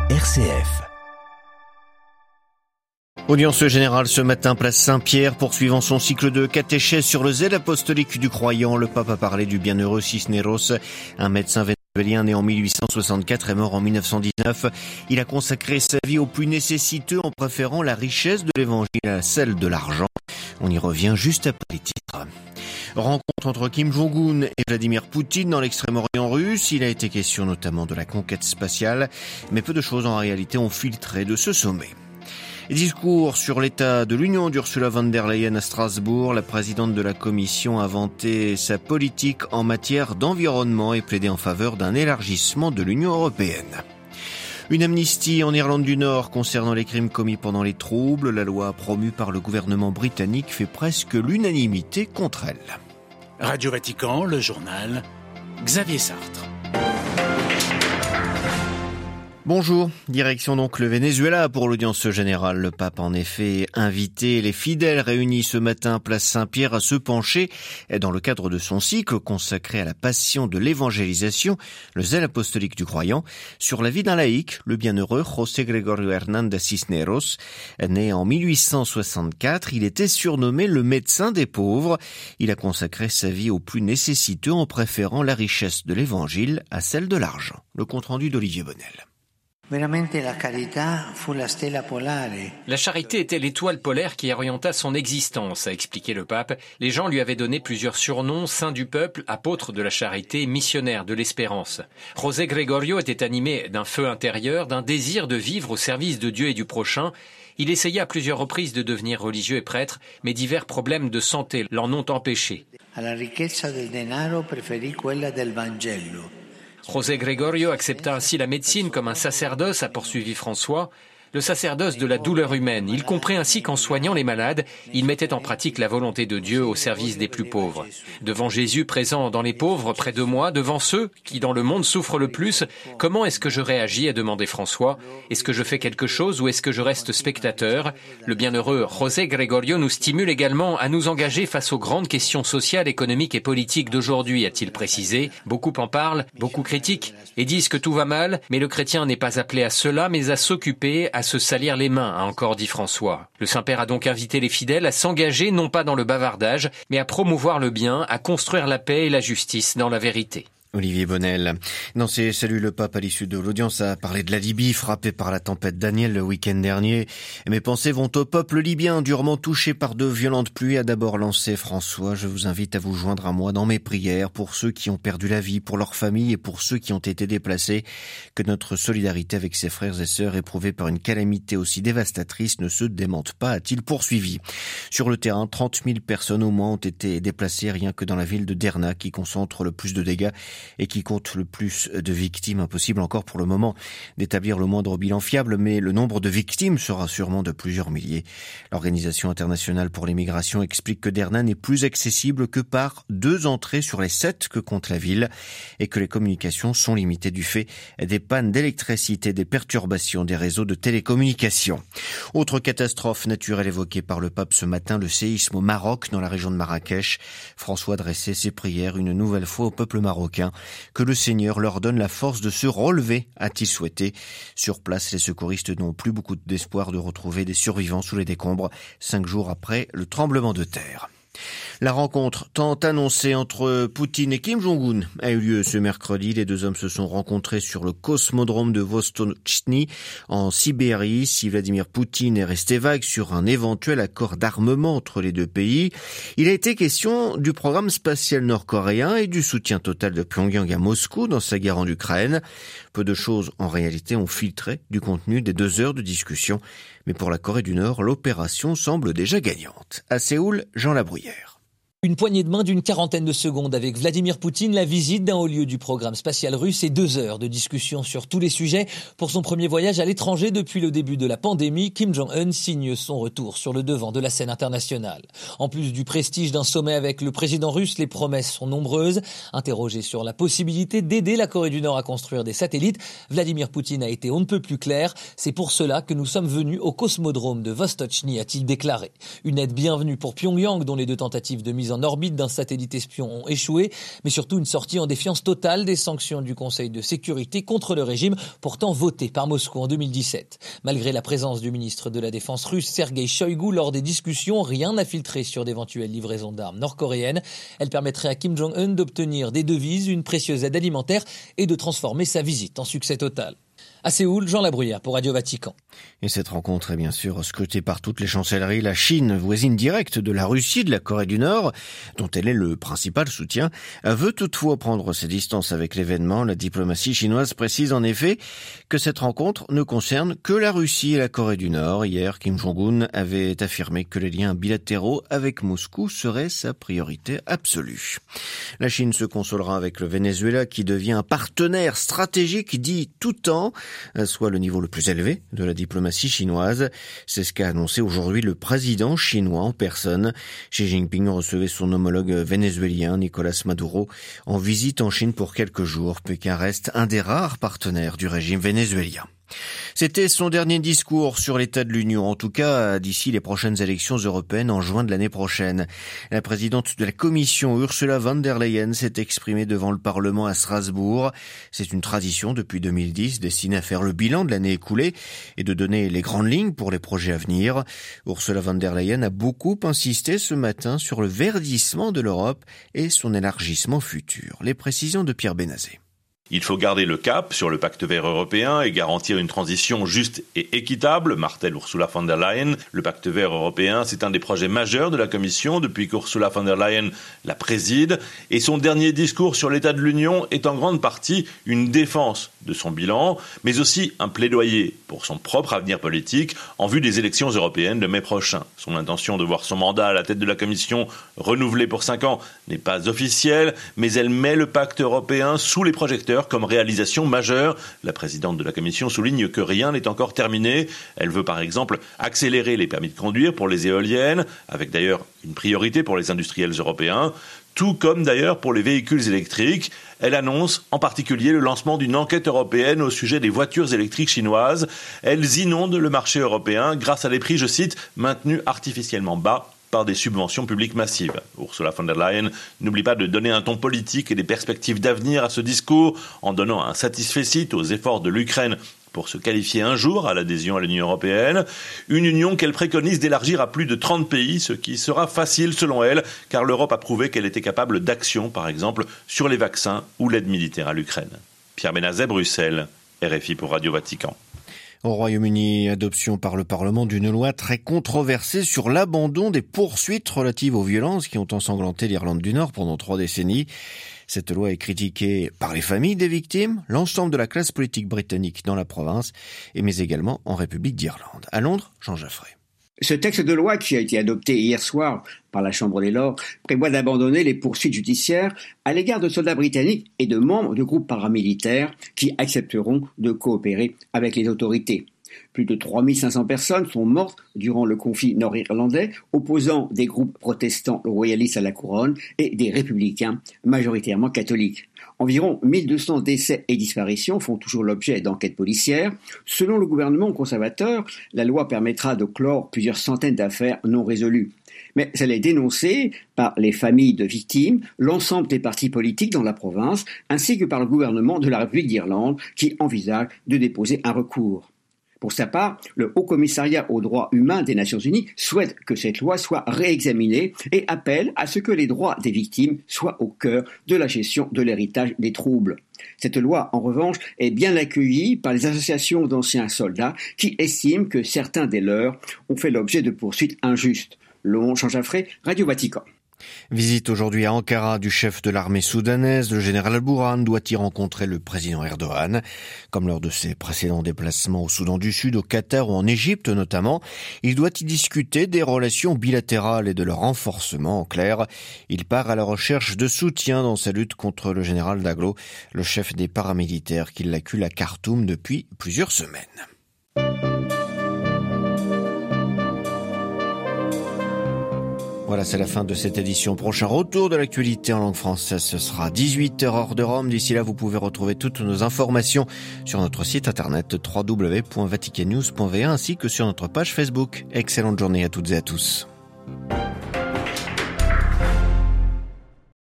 RCF. Audience générale ce matin, place Saint-Pierre, poursuivant son cycle de catéchèse sur le zèle apostolique du croyant. Le pape a parlé du bienheureux Cisneros, un médecin vénézuélien né en 1864 et mort en 1919. Il a consacré sa vie aux plus nécessiteux en préférant la richesse de l'évangile à celle de l'argent. On y revient juste après les titres. Rencontre entre Kim Jong-un et Vladimir Poutine dans l'extrême-orient russe. Il a été question notamment de la conquête spatiale, mais peu de choses en réalité ont filtré de ce sommet. Discours sur l'état de l'Union d'Ursula von der Leyen à Strasbourg. La présidente de la Commission a vanté sa politique en matière d'environnement et plaidé en faveur d'un élargissement de l'Union européenne. Une amnistie en Irlande du Nord concernant les crimes commis pendant les troubles. La loi promue par le gouvernement britannique fait presque l'unanimité contre elle. Radio Vatican, le journal, Xavier Sartre. Bonjour, direction donc le Venezuela pour l'audience générale. Le pape a en effet invité les fidèles réunis ce matin place Saint-Pierre à se pencher dans le cadre de son cycle consacré à la passion de l'évangélisation, le zèle apostolique du croyant, sur la vie d'un laïc, le bienheureux José Gregorio Hernández Cisneros. Né en 1864, il était surnommé le médecin des pauvres. Il a consacré sa vie aux plus nécessiteux en préférant la richesse de l'évangile à celle de l'argent. Le compte-rendu d'Olivier Bonnel. La charité était l'étoile polaire qui orienta son existence, a expliqué le pape. Les gens lui avaient donné plusieurs surnoms: saint du peuple, apôtre de la charité, missionnaire de l'espérance. José Gregorio était animé d'un feu intérieur, d'un désir de vivre au service de Dieu et du prochain. Il essaya à plusieurs reprises de devenir religieux et prêtre, mais divers problèmes de santé l'en ont empêché. José Gregorio accepta ainsi la médecine comme un sacerdoce, a poursuivi François, le sacerdoce de la douleur humaine. Il comprit ainsi qu'en soignant les malades, il mettait en pratique la volonté de Dieu au service des plus pauvres. Devant Jésus présent dans les pauvres près de moi, devant ceux qui dans le monde souffrent le plus, comment est-ce que je réagis, a demandé François. Est-ce que je fais quelque chose ou est-ce que je reste spectateur? Le bienheureux José Gregorio nous stimule également à nous engager face aux grandes questions sociales, économiques et politiques d'aujourd'hui, a-t-il précisé. Beaucoup en parlent, beaucoup critiquent et disent que tout va mal, mais le chrétien n'est pas appelé à cela, mais à s'occuper, à se salir les mains, a encore dit François. Le Saint-Père a donc invité les fidèles à s'engager non pas dans le bavardage, mais à promouvoir le bien, à construire la paix et la justice dans la vérité. Olivier Bonnel. Dans ses saluts, le pape à l'issue de l'audience a parlé de la Libye, frappée par la tempête Daniel le week-end dernier. Mes pensées vont au peuple libyen, durement touché par de violentes pluies, a d'abord lancé François. Je vous invite à vous joindre à moi dans mes prières pour ceux qui ont perdu la vie, pour leurs familles et pour ceux qui ont été déplacés. Que notre solidarité avec ses frères et sœurs éprouvés par une calamité aussi dévastatrice ne se démente pas, a-t-il poursuivi. Sur le terrain, 30 000 personnes au moins ont été déplacées rien que dans la ville de Derna, qui concentre le plus de dégâts et qui compte le plus de victimes. Impossible encore pour le moment d'établir le moindre bilan fiable, mais le nombre de victimes sera sûrement de plusieurs milliers. L'Organisation internationale pour les migrations explique que Derna n'est plus accessible que par 2 entrées sur les 7 que compte la ville et que les communications sont limitées du fait des pannes d'électricité, des perturbations des réseaux de télécommunications. Autre catastrophe naturelle évoquée par le pape ce matin, le séisme au Maroc, dans la région de Marrakech. François adressait ses prières une nouvelle fois au peuple marocain. Que le Seigneur leur donne la force de se relever, a-t-il souhaité. Sur place, les secouristes n'ont plus beaucoup d'espoir de retrouver des survivants sous les décombres, 5 jours après le tremblement de terre. La rencontre tant annoncée entre Poutine et Kim Jong-un a eu lieu ce mercredi. Les 2 hommes se sont rencontrés sur le cosmodrome de Vostochny en Sibérie. Si Vladimir Poutine est resté vague sur un éventuel accord d'armement entre les 2 pays, il a été question du programme spatial nord-coréen et du soutien total de Pyongyang à Moscou dans sa guerre en Ukraine. Peu de choses en réalité ont filtré du contenu des 2 heures de discussion. Mais pour la Corée du Nord, l'opération semble déjà gagnante. À Séoul, Jean Labruyère. Une poignée de main d'une quarantaine de secondes avec Vladimir Poutine, la visite d'un haut lieu du programme spatial russe et 2 heures de discussion sur tous les sujets. Pour son premier voyage à l'étranger depuis le début de la pandémie, Kim Jong-un signe son retour sur le devant de la scène internationale. En plus du prestige d'un sommet avec le président russe, les promesses sont nombreuses. Interrogé sur la possibilité d'aider la Corée du Nord à construire des satellites, Vladimir Poutine a été on ne peut plus clair. C'est pour cela que nous sommes venus au cosmodrome de Vostochny, a-t-il déclaré. Une aide bienvenue pour Pyongyang, dont les 2 tentatives de mise en orbite d'un satellite espion ont échoué, mais surtout une sortie en défiance totale des sanctions du Conseil de sécurité contre le régime, pourtant voté par Moscou en 2017. Malgré la présence du ministre de la Défense russe Sergei Shoigu lors des discussions, rien n'a filtré sur d'éventuelles livraisons d'armes nord-coréennes. Elle permettrait à Kim Jong-un d'obtenir des devises, une précieuse aide alimentaire et de transformer sa visite en succès total. À Séoul, Jean Labruyère pour Radio Vatican. Et cette rencontre est bien sûr scrutée par toutes les chancelleries. La Chine, voisine directe de la Russie, de la Corée du Nord, dont elle est le principal soutien, veut toutefois prendre ses distances avec l'événement. La diplomatie chinoise précise en effet que cette rencontre ne concerne que la Russie et la Corée du Nord. Hier, Kim Jong-un avait affirmé que les liens bilatéraux avec Moscou seraient sa priorité absolue. La Chine se consolera avec le Venezuela qui devient un partenaire stratégique dit tout temps, soit le niveau le plus élevé de la diplomatie chinoise. C'est ce qu'a annoncé aujourd'hui le président chinois en personne. Xi Jinping recevait son homologue vénézuélien, Nicolás Maduro, en visite en Chine pour quelques jours. Pékin reste un des rares partenaires du régime vénézuélien. C'était son dernier discours sur l'état de l'Union, en tout cas d'ici les prochaines élections européennes en juin de l'année prochaine. La présidente de la Commission, Ursula von der Leyen, s'est exprimée devant le Parlement à Strasbourg. C'est une tradition depuis 2010 destinée à faire le bilan de l'année écoulée et de donner les grandes lignes pour les projets à venir. Ursula von der Leyen a beaucoup insisté ce matin sur le verdissement de l'Europe et son élargissement futur. Les précisions de Pierre Benazé. Il faut garder le cap sur le pacte vert européen et garantir une transition juste et équitable, martèle Ursula von der Leyen. Le pacte vert européen, c'est un des projets majeurs de la Commission depuis qu'Ursula von der Leyen la préside. Et son dernier discours sur l'état de l'Union est en grande partie une défense de son bilan, mais aussi un plaidoyer pour son propre avenir politique en vue des élections européennes de mai prochain. Son intention de voir son mandat à la tête de la Commission renouvelé pour 5 ans n'est pas officielle, mais elle met le pacte européen sous les projecteurs comme réalisation majeure. La présidente de la Commission souligne que rien n'est encore terminé. Elle veut par exemple accélérer les permis de conduire pour les éoliennes, avec d'ailleurs une priorité pour les industriels européens, tout comme d'ailleurs pour les véhicules électriques. Elle annonce en particulier le lancement d'une enquête européenne au sujet des voitures électriques chinoises. Elles inondent le marché européen grâce à des prix, je cite, maintenus artificiellement bas par des subventions publiques massives. Ursula von der Leyen n'oublie pas de donner un ton politique et des perspectives d'avenir à ce discours en donnant un satisfecit aux efforts de l'Ukraine pour se qualifier un jour à l'adhésion à l'Union européenne. Une union qu'elle préconise d'élargir à plus de 30 pays, ce qui sera facile selon elle, car l'Europe a prouvé qu'elle était capable d'action, par exemple, sur les vaccins ou l'aide militaire à l'Ukraine. Pierre Benazet, Bruxelles, RFI pour Radio Vatican. Au Royaume-Uni, adoption par le Parlement d'une loi très controversée sur l'abandon des poursuites relatives aux violences qui ont ensanglanté l'Irlande du Nord pendant 3 décennies. Cette loi est critiquée par les familles des victimes, l'ensemble de la classe politique britannique dans la province, mais également en République d'Irlande. À Londres, Jean Jaffray. Ce texte de loi qui a été adopté hier soir par la Chambre des Lords prévoit d'abandonner les poursuites judiciaires à l'égard de soldats britanniques et de membres de groupes paramilitaires qui accepteront de coopérer avec les autorités. Plus de 3500 personnes sont mortes durant le conflit nord-irlandais, opposant des groupes protestants royalistes à la couronne et des républicains majoritairement catholiques. Environ 1200 décès et disparitions font toujours l'objet d'enquêtes policières. Selon le gouvernement conservateur, la loi permettra de clore plusieurs centaines d'affaires non résolues. Mais elle est dénoncée par les familles de victimes, l'ensemble des partis politiques dans la province, ainsi que par le gouvernement de la République d'Irlande qui envisage de déposer un recours. Pour sa part, le Haut-Commissariat aux droits humains des Nations Unies souhaite que cette loi soit réexaminée et appelle à ce que les droits des victimes soient au cœur de la gestion de l'héritage des troubles. Cette loi, en revanche, est bien accueillie par les associations d'anciens soldats qui estiment que certains des leurs ont fait l'objet de poursuites injustes. Londres, Jean Jaffray, Radio Vatican. Visite aujourd'hui à Ankara du chef de l'armée soudanaise. Le général Al-Burhan doit y rencontrer le président Erdogan. Comme lors de ses précédents déplacements au Soudan du Sud, au Qatar ou en Égypte notamment, il doit y discuter des relations bilatérales et de leur renforcement. En clair, il part à la recherche de soutien dans sa lutte contre le général Daglo, le chef des paramilitaires qui l'accule à Khartoum depuis plusieurs semaines. Voilà, c'est la fin de cette édition. Prochain retour de l'actualité en langue française, ce sera 18h heure de Rome. D'ici là, vous pouvez retrouver toutes nos informations sur notre site internet www.vaticannews.va ainsi que sur notre page Facebook. Excellente journée à toutes et à tous.